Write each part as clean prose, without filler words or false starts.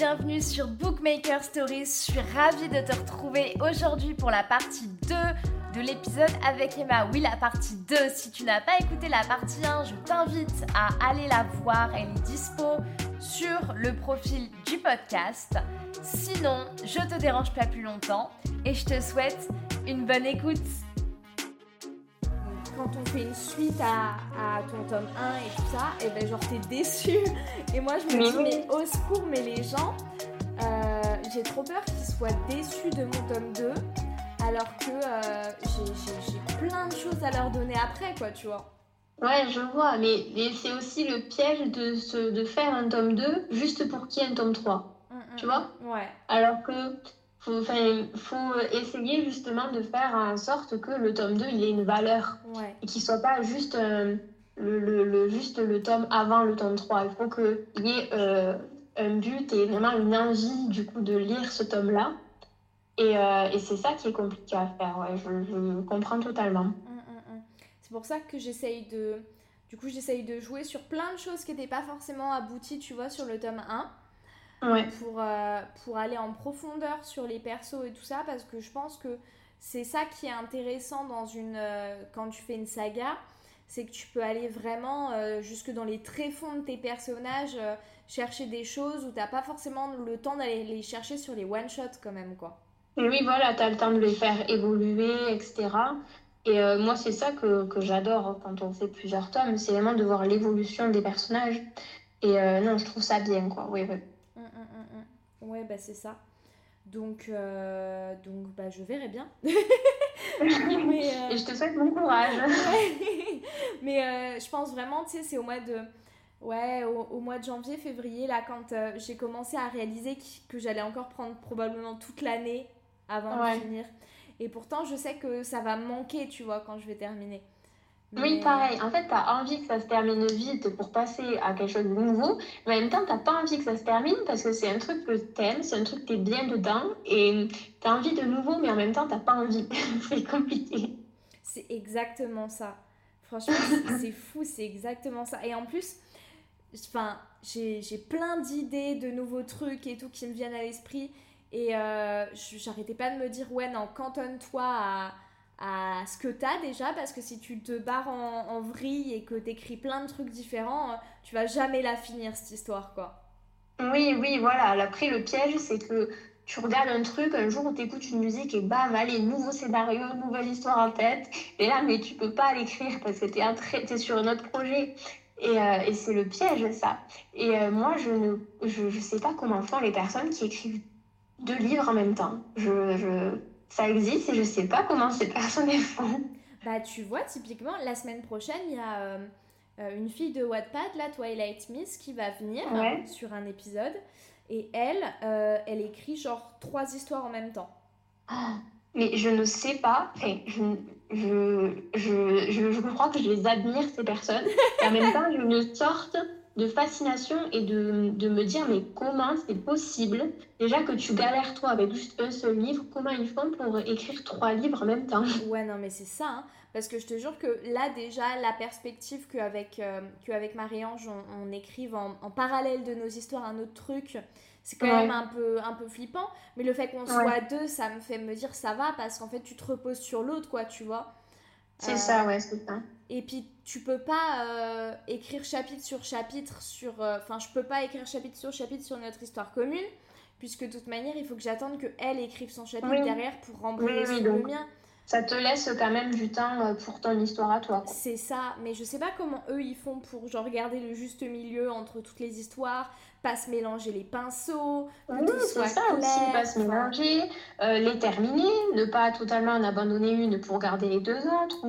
bienvenue sur Bookmaker Stories. Je suis ravie de te retrouver aujourd'hui pour la partie 2 de l'épisode avec Emma. Oui, la partie 2. Si tu n'as pas écouté la partie 1, je t'invite à aller la voir. Elle est dispo sur le profil du podcast. Sinon, je te dérange pas plus longtemps et je te souhaite une bonne écoute. Quand on fait une suite à ton tome 1 et tout ça, et ben genre t'es déçu. Et moi je me dis mais au secours, mais les gens, j'ai trop peur qu'ils soient déçus de mon tome 2 alors que j'ai plein de choses à leur donner après quoi, tu vois. Ouais, je vois, mais c'est aussi le piège de faire un tome 2 juste pour qu'il y ait un tome 3. Tu vois? Ouais. Alors que faut essayer justement de faire en sorte que le tome 2 il ait une valeur et qu'il soit pas juste juste le tome avant le tome 3. Il faut qu'il y ait un but et vraiment une envie du coup de lire ce tome-là. Et c'est ça qui est compliqué à faire, ouais, je comprends totalement. C'est pour ça que j'essaye de jouer sur plein de choses qui n'étaient pas forcément abouties, tu vois, sur le tome 1. Ouais. Pour aller en profondeur sur les persos et tout ça, parce que je pense que c'est ça qui est intéressant quand tu fais une saga, c'est que tu peux aller vraiment jusque dans les tréfonds de tes personnages, chercher des choses où t'as pas forcément le temps d'aller les chercher sur les one-shots quand même, quoi. Et oui, voilà, tu as le temps de les faire évoluer, etc. Et moi, c'est ça que j'adore quand on fait plusieurs tomes, c'est vraiment de voir l'évolution des personnages. Et non, je trouve ça bien, quoi. Oui, oui. Ouais, bah c'est ça. Donc bah, je verrai bien. Et je te souhaite bon courage. Ouais. Mais je pense vraiment, tu sais, c'est au mois de janvier, février, là, quand j'ai commencé à réaliser que j'allais encore prendre probablement toute l'année avant de finir. Et pourtant, je sais que ça va me manquer, tu vois, quand je vais terminer. Oui, pareil. En fait, tu as envie que ça se termine vite pour passer à quelque chose de nouveau, mais en même temps, tu n'as pas envie que ça se termine parce que c'est un truc que t'aimes, c'est un truc que tu es bien dedans et tu as envie de nouveau, mais en même temps, tu n'as pas envie. C'est compliqué. C'est exactement ça. Franchement, c'est fou, c'est exactement ça. Et en plus, enfin, j'ai plein d'idées de nouveaux trucs et tout qui me viennent à l'esprit. Et j'arrêtais pas de me dire, ouais, non, cantonne-toi à ce que t'as déjà, parce que si tu te barres en vrille et que t'écris plein de trucs différents, tu vas jamais la finir cette histoire, quoi. Oui, oui, voilà. Après, le piège, c'est que tu regardes un truc, un jour où tu écoutes une musique et bam, allez, nouveau scénario, nouvelle histoire en tête. Et là, mais tu peux pas l'écrire parce que t'es sur un autre projet. Et c'est le piège, ça. Et moi, je sais pas comment font les personnes qui écrivent 2 livres en même temps. Ça existe et je sais pas comment ces personnes les font. Bah, tu vois, typiquement, la semaine prochaine, il y a une fille de Wattpad, là, Twilight Miss, qui va venir sur un épisode. Et elle écrit genre 3 histoires en même temps. Ah, mais je ne sais pas, enfin, je crois que je les admire, ces personnes, et en même temps, j'ai une sorte de fascination et de me dire, mais comment c'est possible, déjà que tu galères toi avec juste un seul livre, comment ils font pour écrire 3 livres en même temps? Ouais, non, mais c'est ça, hein. Parce que je te jure que là, déjà, la perspective qu'avec Marie-Ange, on écrive en parallèle de nos histoires un autre truc, c'est quand même un peu flippant. Mais le fait qu'on soit deux, ça me fait me dire ça va, parce qu'en fait, tu te reposes sur l'autre, quoi, tu vois. C'est ça, ouais, c'est ça. Et puis, tu peux pas écrire chapitre sur chapitre Enfin, je peux pas écrire chapitre sur notre histoire commune, puisque de toute manière, il faut que j'attende qu'elle écrive son chapitre derrière pour rembrer sur le mien. Ça te laisse quand même du temps pour ton histoire à toi, quoi. C'est ça, mais je sais pas comment eux ils font pour genre garder le juste milieu entre toutes les histoires, pas se mélanger les pinceaux, que tout soit c'est ça clair, aussi, pas se mélanger, les terminer, ne pas totalement en abandonner une pour garder les 2 autres.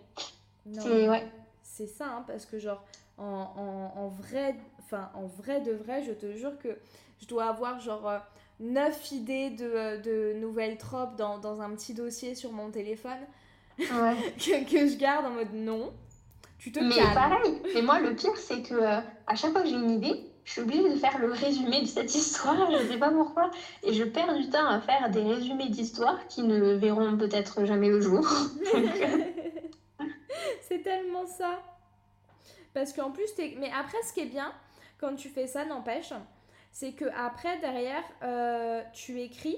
C'est ça, hein, parce que genre en vrai, de vrai, je te jure que je dois avoir genre 9 idées de nouvelles tropes dans un petit dossier sur mon téléphone que je garde en mode non, tu te calmes. Mais pareil, mais moi le pire c'est que à chaque fois que j'ai une idée, je suis obligée de faire le résumé de cette histoire, je sais pas pourquoi, et je perds du temps à faire des résumés d'histoires qui ne verront peut-être jamais le jour. C'est tellement ça. Parce qu'en plus, mais après, ce qui est bien quand tu fais ça, n'empêche, c'est que après derrière, tu écris,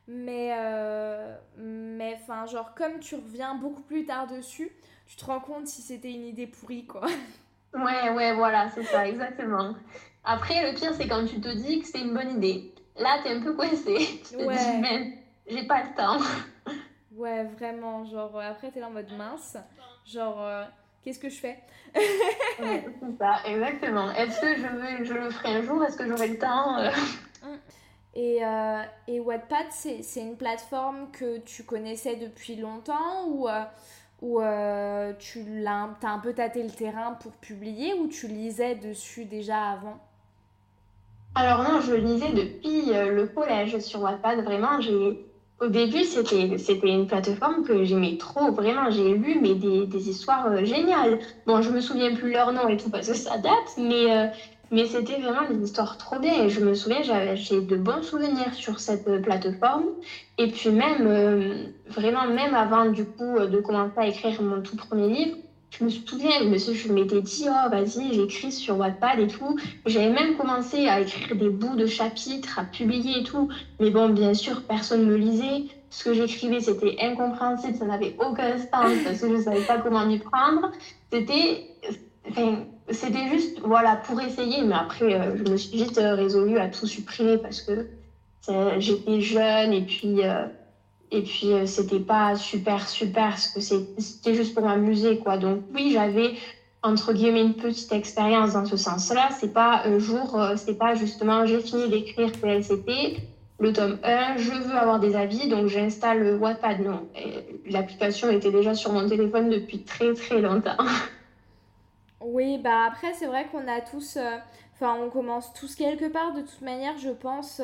mais enfin, genre, comme tu reviens beaucoup plus tard dessus, tu te rends compte si c'était une idée pourrie, quoi. Ouais, ouais, voilà, c'est ça, exactement. Après, le pire, c'est quand tu te dis que c'est une bonne idée. Là, t'es un peu coincé. Tu te dis, Ouais, mais j'ai pas le temps. ouais, vraiment, genre, après, t'es là en mode mince, genre, qu'est-ce que je fais? Ouais, c'est ça, exactement. Est-ce que je le ferai un jour? Est-ce que j'aurai le temps? Mm. Et Wattpad, c'est une plateforme que tu connaissais depuis longtemps ou t'as un peu tâté le terrain pour publier ou tu lisais dessus déjà avant? Alors non, je lisais depuis le collège sur Wattpad. Vraiment, au début, c'était une plateforme que j'aimais trop. Vraiment, j'ai lu mais des histoires géniales. Bon, je me souviens plus leur nom et tout parce que ça date, mais c'était vraiment des histoires trop bien. Et je me souviens, j'ai de bons souvenirs sur cette plateforme. Et puis même, vraiment, même avant du coup de commencer à écrire mon tout premier livre, je me souviens, je m'étais dit, oh, vas-y, j'écris sur Wattpad et tout. J'avais même commencé à écrire des bouts de chapitres, à publier et tout. Mais bon, bien sûr, personne ne me lisait. Ce que j'écrivais, c'était incompréhensible, ça n'avait aucun sens parce que je ne savais pas comment m'y prendre. C'était, enfin, c'était juste, voilà, pour essayer. Mais après, je me suis vite résolue à tout supprimer parce que j'étais jeune et puis c'était pas super, super, parce que c'était juste pour m'amuser, quoi. Donc oui, j'avais, entre guillemets, une petite expérience dans ce sens-là. C'est pas un jour, c'est pas justement, j'ai fini d'écrire PLCP, le tome 1, je veux avoir des avis, donc j'installe Wattpad. Non, et l'application était déjà sur mon téléphone depuis très, très longtemps. Oui, bah après, c'est vrai qu'on a tous. Enfin, on commence tous quelque part, de toute manière, je pense.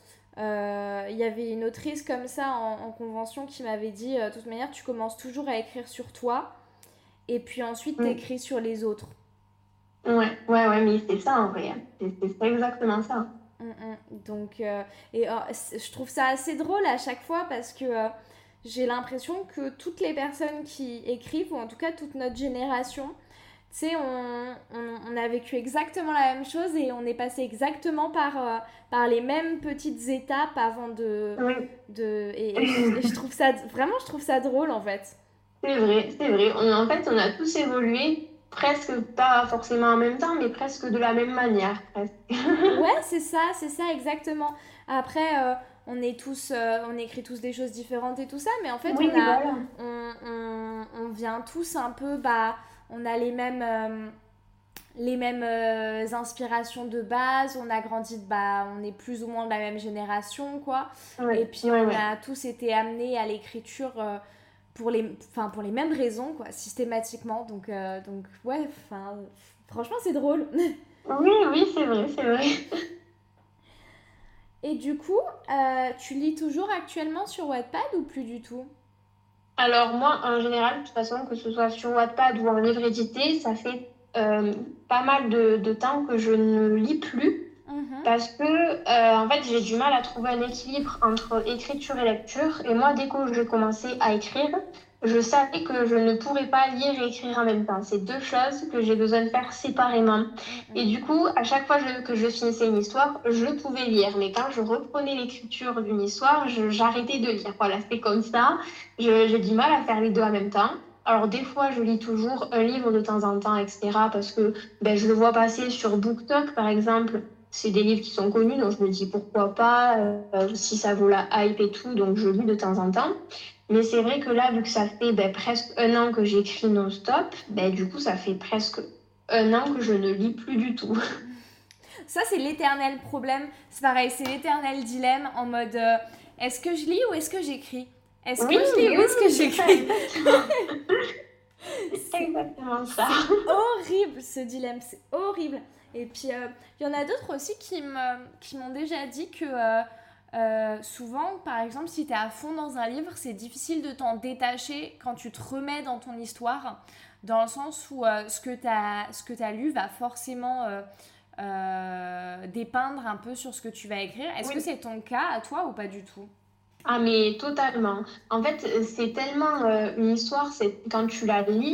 Il y avait une autrice comme ça en convention qui m'avait dit de toute manière, tu commences toujours à écrire sur toi et puis ensuite Mm. t'écris sur les autres. Ouais, ouais, ouais, mais c'est ça en vrai, hein. C'est exactement ça. Mm, mm. Donc, je trouve ça assez drôle à chaque fois parce que j'ai l'impression que toutes les personnes qui écrivent, ou en tout cas toute notre génération, tu sais, on a vécu exactement la même chose et on est passé exactement par les mêmes petites étapes avant Oui. et je trouve ça, vraiment, je trouve ça drôle en fait. C'est vrai, c'est vrai. En fait, on a tous évolué, presque pas forcément en même temps, mais presque de la même manière, presque. Ouais, c'est ça exactement. Après, on écrit tous des choses différentes et tout ça, mais en fait, Oui, voilà. on vient tous un peu, bah, on a les mêmes inspirations de base, on a grandi, bah, on est plus ou moins de la même génération, quoi. Et Ouais, puis, ouais, on ouais. a tous été amenés à l'écriture pour les mêmes raisons, quoi, systématiquement. Donc ouais, enfin, franchement, c'est drôle. Oui, oui, c'est vrai, c'est vrai. Et du coup, tu lis toujours actuellement sur Wattpad ou plus du tout? Alors moi, en général, de toute façon, que ce soit sur Wattpad ou en livre édité, ça fait pas mal de temps que je ne lis plus. Mhm. Parce que, en fait, j'ai du mal à trouver un équilibre entre écriture et lecture. Et moi, dès que j'ai commencé à écrire, je savais que je ne pourrais pas lire et écrire en même temps. C'est deux choses que j'ai besoin de faire séparément. Et Mhm. du coup, à chaque fois que je finissais une histoire, je pouvais lire. Mais quand je reprenais l'écriture d'une histoire, j'arrêtais de lire. Voilà, c'est comme ça. J'ai du mal à faire les deux en même temps. Alors, des fois, je lis toujours un livre de temps en temps, etc. Parce que ben, je le vois passer sur BookTok, par exemple. C'est des livres qui sont connus, donc je me dis pourquoi pas, si ça vaut la hype et tout, donc je lis de temps en temps. Mais c'est vrai que là, vu que ça fait ben, presque un an que j'écris non-stop, ben, du coup, ça fait presque un an que je ne lis plus du tout. Ça, c'est l'éternel problème. C'est pareil, c'est l'éternel dilemme en mode est-ce que je lis ou est-ce que j'écris? Est-ce que Oui, je lis oui, ou est-ce que oui, c'est ça, j'écris? exactement. C'est C'est exactement ça. c'est horrible ce dilemme, c'est horrible. Et puis, il y en a d'autres aussi qui m'ont déjà dit que souvent, par exemple, si tu es à fond dans un livre, c'est difficile de t'en détacher quand tu te remets dans ton histoire, dans le sens où ce que tu as lu va forcément dépeindre un peu sur ce que tu vas écrire. Est-ce que Oui. c'est ton cas à toi ou pas du tout? Ah, mais totalement. En fait, c'est tellement une histoire, c'est quand tu la lis,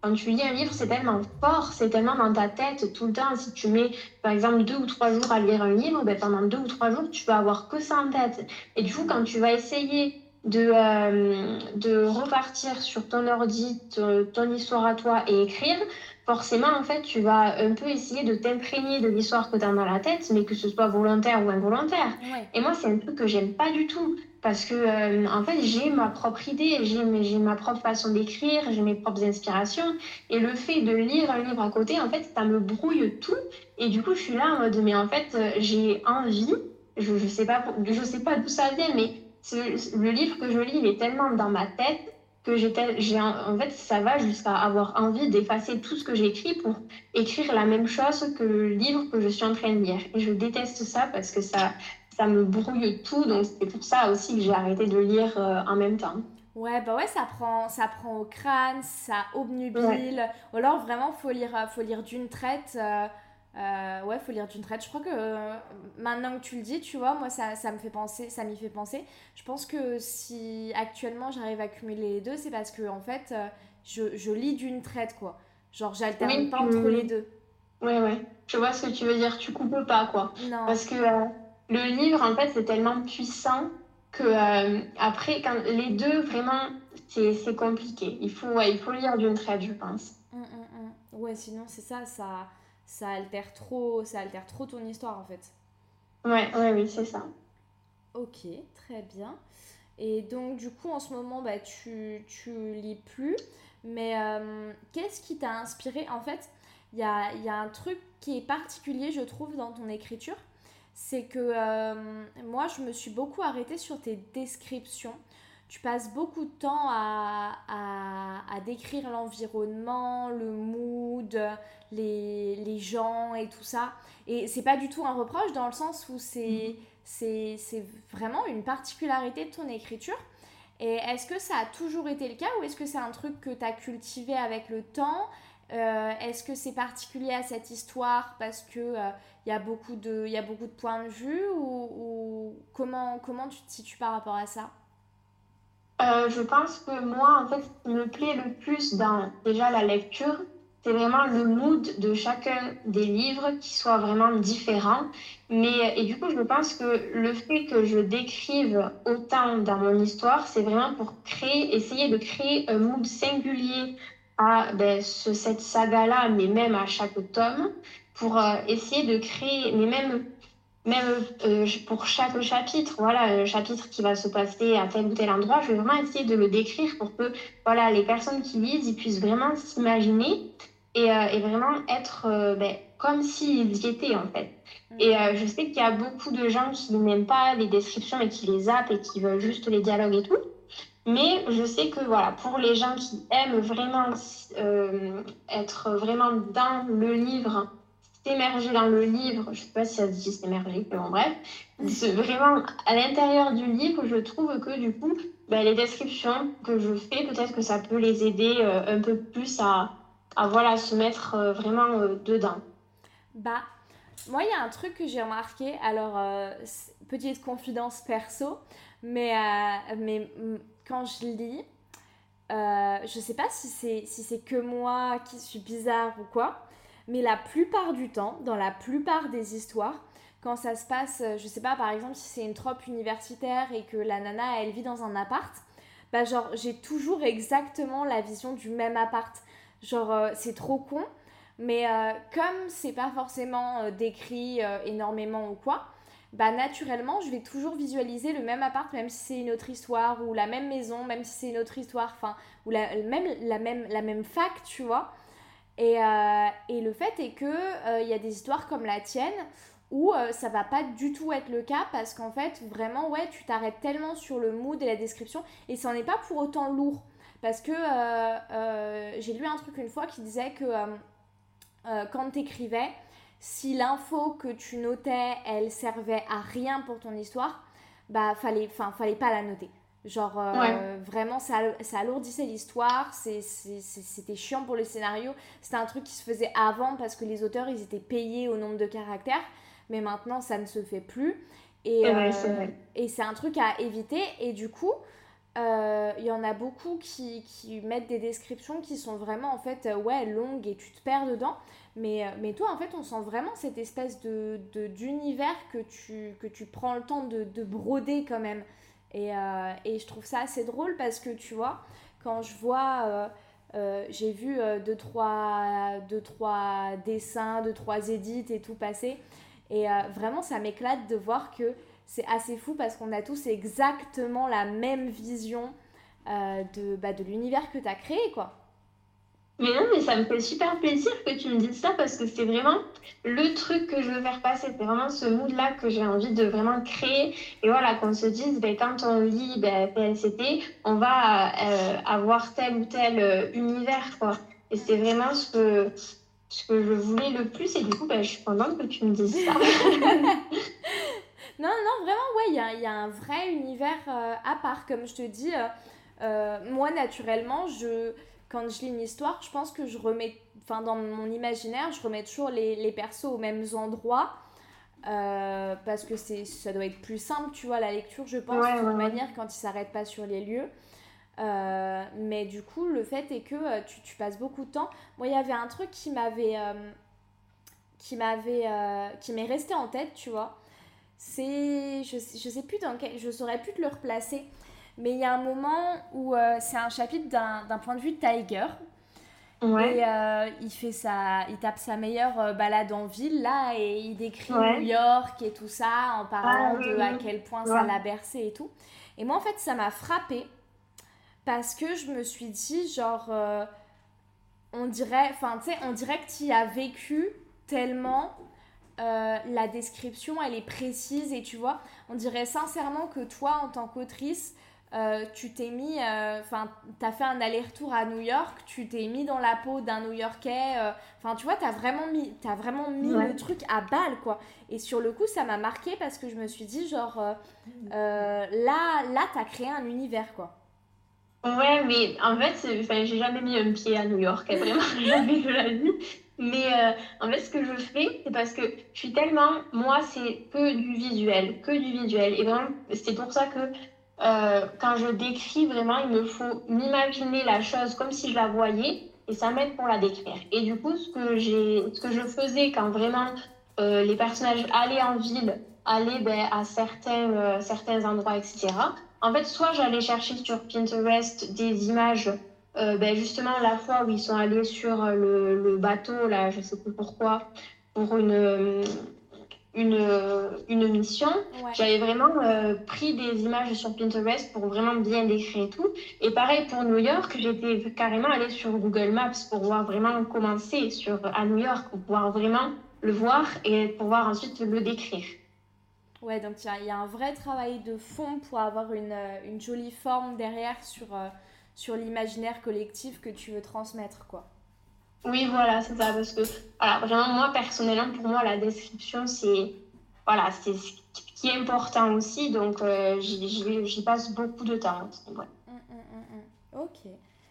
quand tu lis un livre, c'est tellement fort, c'est tellement dans ta tête tout le temps. Si tu mets, par exemple, 2 ou 3 jours à lire un livre, ben, pendant 2 ou 3 jours, tu vas avoir que ça en tête. Et du coup, quand tu vas essayer de repartir sur ton ordi, ton histoire à toi et écrire, forcément, en fait, tu vas un peu essayer de t'imprégner de l'histoire que tu as dans la tête, mais que ce soit volontaire ou involontaire. Ouais. Et moi, c'est un truc que j'aime pas du tout. Parce que, en fait, j'ai ma propre idée, j'ai ma propre façon d'écrire, j'ai mes propres inspirations. Et le fait de lire un livre à côté, en fait, ça me brouille tout. Et du coup, je suis là en mode, mais en fait, j'ai envie, je sais pas d'où ça vient, mais le livre que je lis, il est tellement dans ma tête que en fait, ça va jusqu'à avoir envie d'effacer tout ce que j'ai écrit pour écrire la même chose que le livre que je suis en train de lire. Et je déteste ça parce que ça me brouille tout. Donc, c'est pour ça aussi que j'ai arrêté de lire en même temps. Ouais, bah ouais, ça prend au crâne, ça Ouais. obnubile. Ou alors vraiment, faut lire d'une traite. Ouais, faut lire d'une traite. Je crois que maintenant que tu le dis, tu vois, moi ça me fait penser, ça m'y fait penser. Je pense que si actuellement j'arrive à cumuler les deux, c'est parce que en fait, je lis d'une traite, quoi. Genre, j'alterne Oui, pas entre les deux. ouais, ouais. Je vois ce que tu veux dire. Tu coupes pas, quoi. Non. Parce que le livre, en fait, c'est tellement puissant que après, quand les deux, vraiment, c'est compliqué. Ouais, il faut lire d'une traite, je pense. Ouais, sinon c'est ça, ça altère trop ton histoire en fait. Ouais, ouais, oui, c'est ça. Ok, très bien. Et donc, du coup, en ce moment, bah, tu lis plus. Mais qu'est-ce qui t'a inspiré? En fait, il y a un truc qui est particulier, je trouve, dans ton écriture. C'est que moi, je me suis beaucoup arrêtée sur tes descriptions. Tu passes beaucoup de temps à décrire l'environnement, le mood, les gens et tout ça. Et c'est pas du tout un reproche dans le sens où c'est vraiment une particularité de ton écriture. Et est-ce que ça a toujours été le cas ou est-ce que c'est un truc que tu as cultivé avec le temps? Est-ce que c'est particulier à cette histoire parce que il y a beaucoup de points de vue ou comment tu te situes par rapport à ça? Je pense que moi, en fait, ce qui me plaît le plus dans déjà la lecture, c'est vraiment le mood de chacun des livres qui soit vraiment différent. Et du coup, je pense que le fait que je décrive autant dans mon histoire, c'est vraiment pour essayer de créer un mood singulier à ben, cette saga-là, mais même à chaque tome, pour essayer de créer, mais même pour chaque chapitre, voilà, un chapitre qui va se passer à tel ou tel endroit, je vais vraiment essayer de le décrire pour que voilà, les personnes qui lisent, ils puissent vraiment s'imaginer et vraiment être ben, comme s'ils y étaient en fait. Et je sais qu'il y a beaucoup de gens qui n'aiment pas les descriptions et qui les zappent et qui veulent juste les dialogues et tout. Mais je sais que voilà, pour les gens qui aiment vraiment être vraiment dans le livre, s'émerger dans le livre, je sais pas si ça se dit s'émerger, mais bon, bref, vraiment à l'intérieur du livre, je trouve que du coup, ben, les descriptions que je fais, peut-être que ça peut les aider un peu plus à voilà, se mettre vraiment dedans. Bah, moi, il y a un truc que j'ai remarqué. Alors, petite confidence perso, quand je lis, je sais pas si c'est que moi qui suis bizarre ou quoi, mais la plupart du temps, dans la plupart des histoires, quand ça se passe, je sais pas, par exemple, si c'est une trope universitaire et que la nana, elle vit dans un appart, bah genre, j'ai toujours exactement la vision du même appart. Genre, c'est trop con, mais comme c'est pas forcément décrit énormément ou quoi, bah naturellement, je vais toujours visualiser le même appart, même si c'est une autre histoire, ou la même maison, même si c'est une autre histoire, enfin, ou la même fac, tu vois. Et le fait est que il y a des histoires comme la tienne où ça va pas du tout être le cas parce qu'en fait, vraiment, ouais, tu t'arrêtes tellement sur le mood et la description et ça n'est pas pour autant lourd. Parce que j'ai lu un truc une fois qui disait que quand t'écrivais, si l'info que tu notais, elle servait à rien pour ton histoire, bah fallait pas la noter. Genre Ouais. vraiment ça alourdissait l'histoire, c'était chiant pour le scénario. C'était un truc qui se faisait avant parce que les auteurs ils étaient payés au nombre de caractères, mais maintenant ça ne se fait plus. C'est vrai, c'est vrai. Et c'est un truc à éviter. Et du coup, il y en a beaucoup qui mettent des descriptions qui sont vraiment en fait ouais, longues et tu te perds dedans. Mais toi, en fait, on sent vraiment cette espèce d'univers que tu prends le temps de broder quand même. Et je trouve ça assez drôle parce que tu vois, quand je vois, j'ai vu deux, trois dessins, deux, trois edits et tout passer. Et vraiment, ça m'éclate de voir que c'est assez fou parce qu'on a tous exactement la même vision de l'univers que tu as créé, quoi. Mais non, mais ça me fait super plaisir que tu me dises ça parce que c'est vraiment le truc que je veux faire passer. C'est vraiment ce mood-là que j'ai envie de vraiment créer. Et voilà, qu'on se dise, ben, quand on lit ben, PLCT, on va avoir tel ou tel univers, quoi. Et c'est vraiment ce que je voulais le plus. Et du coup, ben, je suis contente que tu me dises ça. Non, non, vraiment, ouais, il y a un vrai univers à part. Comme je te dis, moi, naturellement, quand je lis une histoire, je pense que je remets, enfin, dans mon imaginaire, je remets toujours les persos aux mêmes endroits. Parce que ça doit être plus simple, tu vois, la lecture, je pense, Ouais, de toute ouais, ouais. manière, quand il s'arrête pas sur les lieux. Mais du coup, le fait est que tu passes beaucoup de temps. Moi, il y avait un truc qui m'est resté en tête, tu vois. Je sais plus dans quel, je saurais plus te le replacer, mais il y a un moment où c'est un chapitre d'un point de vue de Tiger. Et Ouais, il tape sa meilleure balade en ville là et il décrit New ouais. York et tout ça en Ah parlant oui, de à oui. quel point Je ça vois. l'a bercé et tout. Et moi en fait ça m'a frappée parce que je me suis dit genre on dirait, enfin tu sais, on dirait que tu y as vécu tellement la description elle est précise et tu vois, on dirait sincèrement que toi en tant qu'autrice, tu t'es mis, enfin, t'as fait un aller-retour à New York, tu t'es mis dans la peau d'un New-Yorkais, enfin, tu vois, t'as vraiment mis le Ouais. truc à balle, quoi. Et sur le coup, ça m'a marqué parce que je me suis dit, genre, là, t'as créé un univers, quoi. Ouais, mais en fait, enfin, j'ai jamais mis un pied à New York, hein, vraiment, jamais de la vie. Mais en fait, ce que je fais, c'est parce que je suis tellement, moi, c'est que du visuel, que du visuel. Et vraiment, c'est pour ça que quand je décris, vraiment, il me faut m'imaginer la chose comme si je la voyais, et ça m'aide pour la décrire. Et du coup, ce que je faisais quand vraiment les personnages allaient en ville, allaient ben, à certains endroits, etc. En fait, soit j'allais chercher sur Pinterest des images, ben justement la fois où ils sont allés sur le bateau, là, je sais plus pourquoi, pour une mission. Ouais. J'avais vraiment pris des images sur Pinterest pour vraiment bien décrire et tout. Et pareil pour New York, j'étais carrément allée sur Google Maps pour voir vraiment commencer à New York, pour pouvoir vraiment le voir et pouvoir ensuite le décrire. Ouais, donc il y a un vrai travail de fond pour avoir une jolie forme derrière sur l'imaginaire collectif que tu veux transmettre, quoi. Oui, voilà, c'est ça. Parce que, voilà, vraiment, moi, personnellement, pour moi, la description, voilà, c'est ce qui est important aussi. Donc, j'y passe beaucoup de temps aussi, ouais. Ok.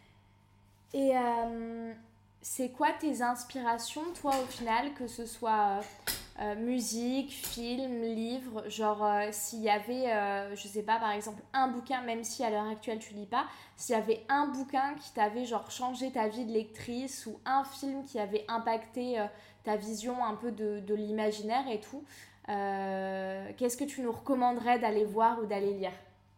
Et c'est quoi tes inspirations, toi, au final, que ce soit musique, film, livre, genre s'il y avait, je sais pas, par exemple, un bouquin, même si à l'heure actuelle tu lis pas, s'il y avait un bouquin qui t'avait genre changé ta vie de lectrice ou un film qui avait impacté ta vision un peu de l'imaginaire et tout, qu'est-ce que tu nous recommanderais d'aller voir ou d'aller lire?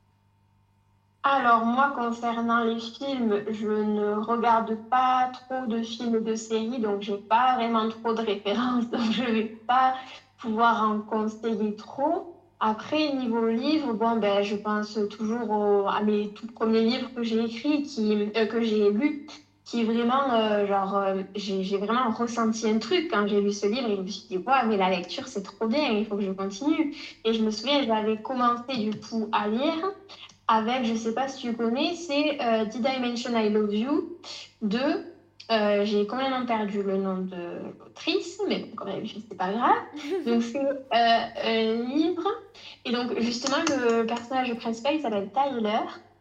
Alors, moi, concernant les films, je ne regarde pas trop de films et de séries, donc j'ai pas vraiment trop de références, donc je vais pas pouvoir en conseiller trop. Après, niveau livre, bon, ben, je pense toujours à mes tout premiers livres que j'ai écrits, que j'ai lus, qui vraiment, j'ai vraiment ressenti un truc quand j'ai lu ce livre et je me suis dit, ouais, mais la lecture, c'est trop bien, il faut que je continue. Et je me souviens, j'avais commencé du coup à lire avec, je sais pas si tu connais, c'est Did I Mention I Love You de, j'ai complètement perdu le nom de l'autrice, mais bon, quand même, c'est pas grave. Donc, c'est un livre. Et donc, justement, le personnage principal, il s'appelle Tyler.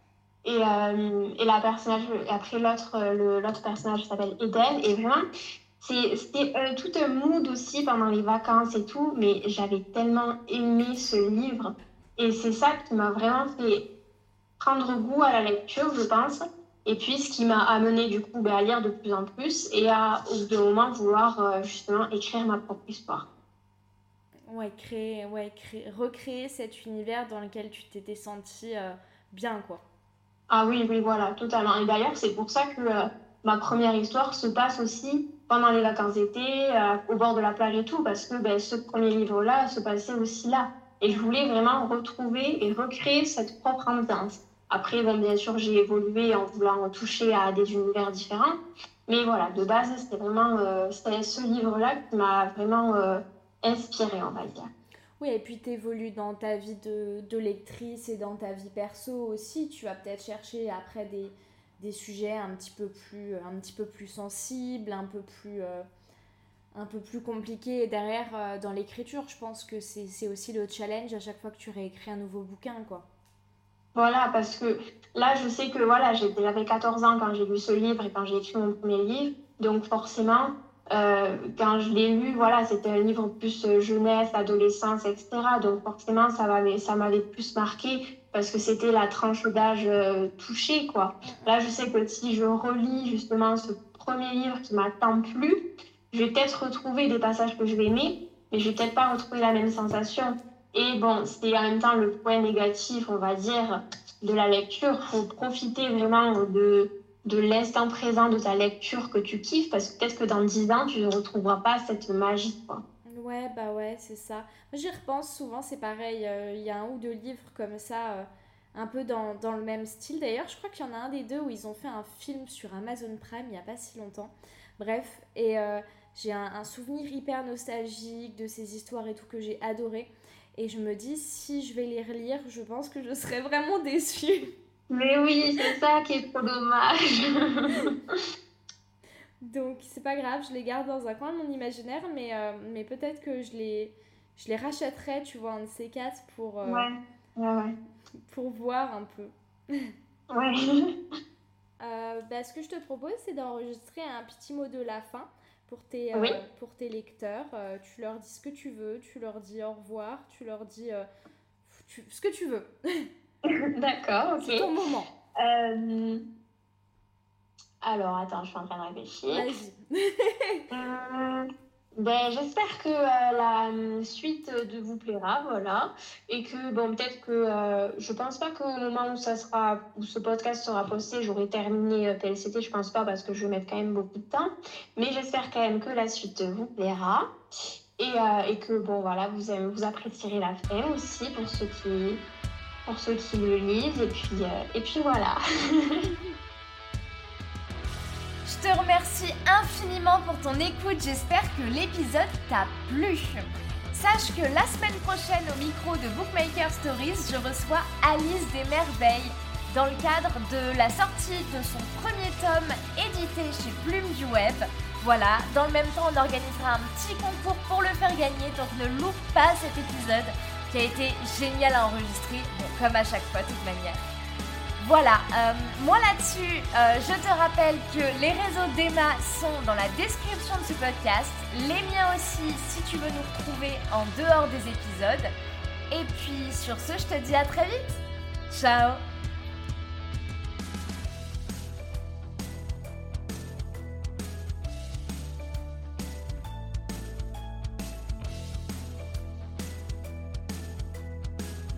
Et la personnage, après l'autre personnage s'appelle Eden. Et vraiment, c'était tout un mood aussi pendant les vacances et tout. Mais j'avais tellement aimé ce livre. Et c'est ça qui m'a vraiment fait prendre goût à la lecture, je pense. Et puis, ce qui m'a amené du coup à lire de plus en plus et à, au bout d'un moment, vouloir justement écrire ma propre histoire. Ouais, recréer cet univers dans lequel tu t'étais sentie bien, quoi. Ah oui, oui, voilà, totalement. Et d'ailleurs, c'est pour ça que ma première histoire se passe aussi pendant les vacances d'été, au bord de la plage et tout, parce que ce premier livre-là se passait aussi là. Et je voulais vraiment retrouver et recréer cette propre ambiance. Après, bon, bien sûr, j'ai évolué en voulant toucher à des univers différents. Mais voilà, de base, c'était ce livre-là qui m'a vraiment inspirée, on va dire. Oui, et puis t'évolues dans ta vie de lectrice et dans ta vie perso aussi. Tu vas peut-être chercher après des sujets un petit peu plus sensibles, un peu plus compliqués derrière dans l'écriture. Je pense que c'est aussi le challenge à chaque fois que tu réécris un nouveau bouquin, quoi. Voilà, parce que là, je sais que voilà, j'avais 14 ans quand j'ai lu ce livre et quand j'ai écrit mon premier livre. Donc forcément, quand je l'ai lu, voilà, c'était un livre plus jeunesse, adolescence, etc. Donc forcément, ça m'avait plus marqué parce que c'était la tranche d'âge touchée, quoi. Là, je sais que si je relis justement ce premier livre qui m'a tant plu, je vais peut-être retrouver des passages que je vais aimer, mais je vais peut-être pas retrouver la même sensation. Et bon, c'est en même temps le point négatif, on va dire, de la lecture. Il faut profiter vraiment de l'instant présent de ta lecture que tu kiffes, parce que peut-être que dans 10 ans, tu ne retrouveras pas cette magie, quoi. Ouais, bah ouais, c'est ça. Moi, j'y repense souvent, c'est pareil. Il y a un ou deux livres comme ça, un peu dans le même style. D'ailleurs, je crois qu'il y en a un des deux où ils ont fait un film sur Amazon Prime il n'y a pas si longtemps. Bref, et j'ai un souvenir hyper nostalgique de ces histoires et tout que j'ai adoré. Et je me dis, si je vais les relire, je pense que je serais vraiment déçue. Mais oui, c'est ça qui est trop dommage. Donc, c'est pas grave, je les garde dans un coin de mon imaginaire, mais peut-être que je les rachèterai, tu vois, un de ces quatre Ouais, ouais, ouais. pour voir un peu. Ouais. Ce que je te propose, c'est d'enregistrer un petit mot de la fin Oui. pour tes lecteurs. Tu leur dis ce que tu veux, tu leur dis au revoir, tu leur dis ce que tu veux. D'accord, ok. C'est ton moment. Alors, attends, je suis en train de réfléchir. Vas-y. J'espère que la suite de vous plaira, voilà. Et que, bon, peut-être que je pense pas qu'au moment où ce podcast sera posté, j'aurai terminé PLCT, je pense pas, parce que je vais mettre quand même beaucoup de temps. Mais j'espère quand même que la suite vous plaira. Et que, bon, voilà, vous apprécierez la fin aussi pour ceux qui le lisent. Et puis voilà. Je te remercie infiniment pour ton écoute, j'espère que l'épisode t'a plu. Sache que la semaine prochaine au micro de Bookmaker Stories, je reçois Alice des Merveilles dans le cadre de la sortie de son premier tome édité chez Plume du Web. Voilà, dans le même temps on organisera un petit concours pour le faire gagner, donc ne loupe pas cet épisode qui a été génial à enregistrer, bon, comme à chaque fois de toute manière. Voilà, moi là-dessus, je te rappelle que les réseaux d'Emma sont dans la description de ce podcast, les miens aussi si tu veux nous retrouver en dehors des épisodes. Et puis sur ce, je te dis à très vite. Ciao!